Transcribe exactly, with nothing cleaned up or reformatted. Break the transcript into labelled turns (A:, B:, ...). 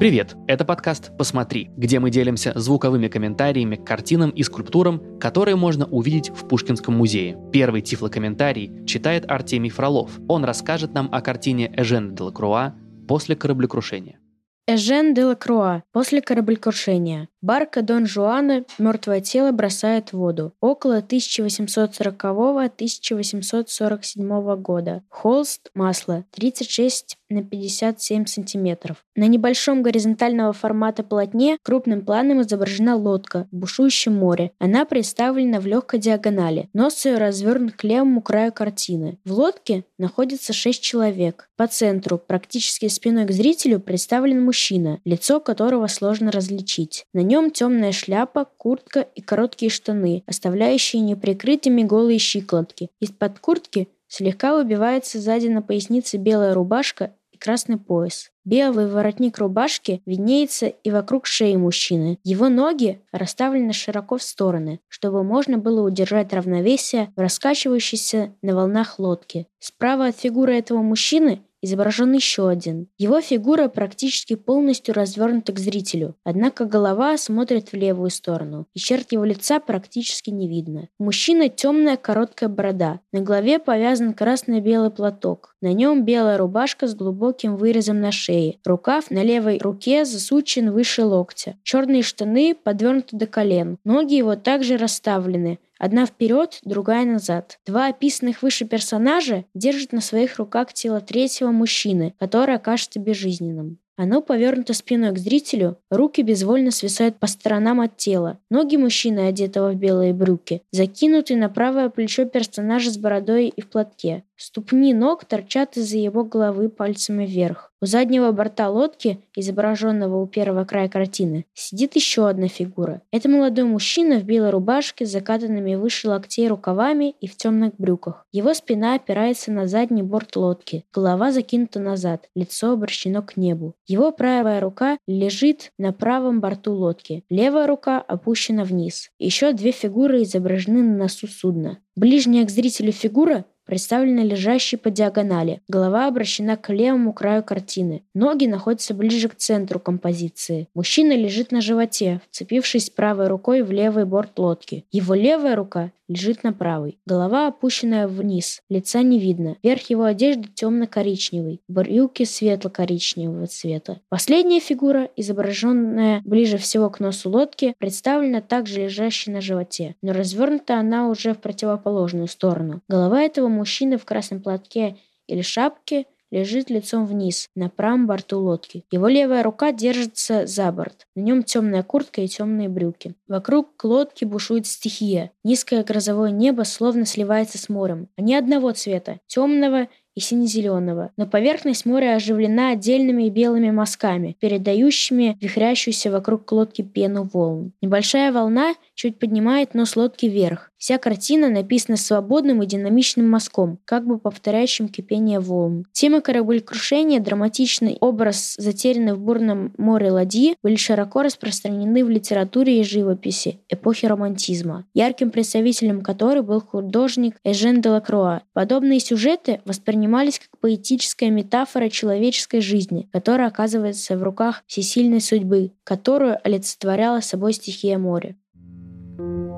A: Привет! Это подкаст «Посмотри», где мы делимся звуковыми комментариями к картинам и скульптурам, которые можно увидеть в Пушкинском музее. Первый тифлокомментарий читает Артемий Фролов. Он расскажет нам о картине Эжена де Лакруа «После кораблекрушения».
B: Эжен де Лакруа. После кораблекрушения. Барка Дон Жуана мертвое тело бросает в воду. Около тысяча восемьсот сорокового - тысяча восемьсот сорок седьмого года. Холст, масло, тридцать шесть на пятьдесят семь сантиметров. На небольшом горизонтального формата полотне крупным планом изображена лодка в бушующем море. Она представлена в легкой диагонали. Нос ее развернут к левому краю картины. В лодке находится шесть человек. По центру, практически спиной к зрителю, представлен мужчина, лицо которого сложно различить. На нем темная шляпа, куртка и короткие штаны, оставляющие неприкрытыми голые щиколотки. Из-под куртки слегка выбивается сзади на пояснице белая рубашка и красный пояс. Белый воротник рубашки виднеется и вокруг шеи мужчины. Его ноги расставлены широко в стороны, чтобы можно было удержать равновесие в раскачивающейся на волнах лодке. Справа от фигуры этого мужчины изображен еще один. Его фигура практически полностью развернута к зрителю, однако голова смотрит в левую сторону, и черт его лица практически не видно. У мужчины темная короткая борода, на голове повязан красно-белый платок, на нем белая рубашка с глубоким вырезом на шее, рукав на левой руке засучен выше локтя, черные штаны подвернуты до колен, ноги его также расставлены, одна вперед, другая назад. Два описанных выше персонажа держат на своих руках тело третьего мужчины, который окажется безжизненным. Оно повернуто спиной к зрителю, руки безвольно свисают по сторонам от тела. Ноги мужчины, одетого в белые брюки, закинуты на правое плечо персонажа с бородой и в платке. Ступни ног торчат из-за его головы пальцами вверх. У заднего борта лодки, изображенного у первого края картины, сидит еще одна фигура. Это молодой мужчина в белой рубашке с закатанными выше локтей рукавами и в темных брюках. Его спина опирается на задний борт лодки, голова закинута назад, лицо обращено к небу. Его правая рука лежит на правом борту лодки, левая рука опущена вниз. Еще две фигуры изображены на носу судна. Ближняя к зрителю фигура представлена лежащей по диагонали. Голова обращена к левому краю картины. Ноги находятся ближе к центру композиции. Мужчина лежит на животе, вцепившись правой рукой в левый борт лодки. Его левая рука лежит на правой. Голова опущенная вниз, лица не видно. Верх его одежды темно-коричневый, брюки светло-коричневого цвета. Последняя фигура, изображенная ближе всего к носу лодки, представлена также лежащей на животе, но развернута она уже в противоположную сторону. Голова этого мужчины в красном платке или шапке лежит лицом вниз, на правом борту лодки. Его левая рука держится за борт. На нем темная куртка и темные брюки. Вокруг лодки бушует стихия. Низкое грозовое небо словно сливается с морем. Они одного цвета, темного и сине-зеленого, но поверхность моря оживлена отдельными белыми мазками, передающими вихрящуюся вокруг лодки пену волн. Небольшая волна чуть поднимает нос лодки вверх. Вся картина написана свободным и динамичным мазком, как бы повторяющим кипение волн. Тема кораблекрушения, драматичный образ затерянной в бурном море ладьи были широко распространены в литературе и живописи эпохи романтизма, ярким представителем которой был художник Эжен де Лакруа. Подобные сюжеты воспринимались как поэтическая метафора человеческой жизни, которая оказывается в руках всесильной судьбы, которую олицетворяла собой стихия моря.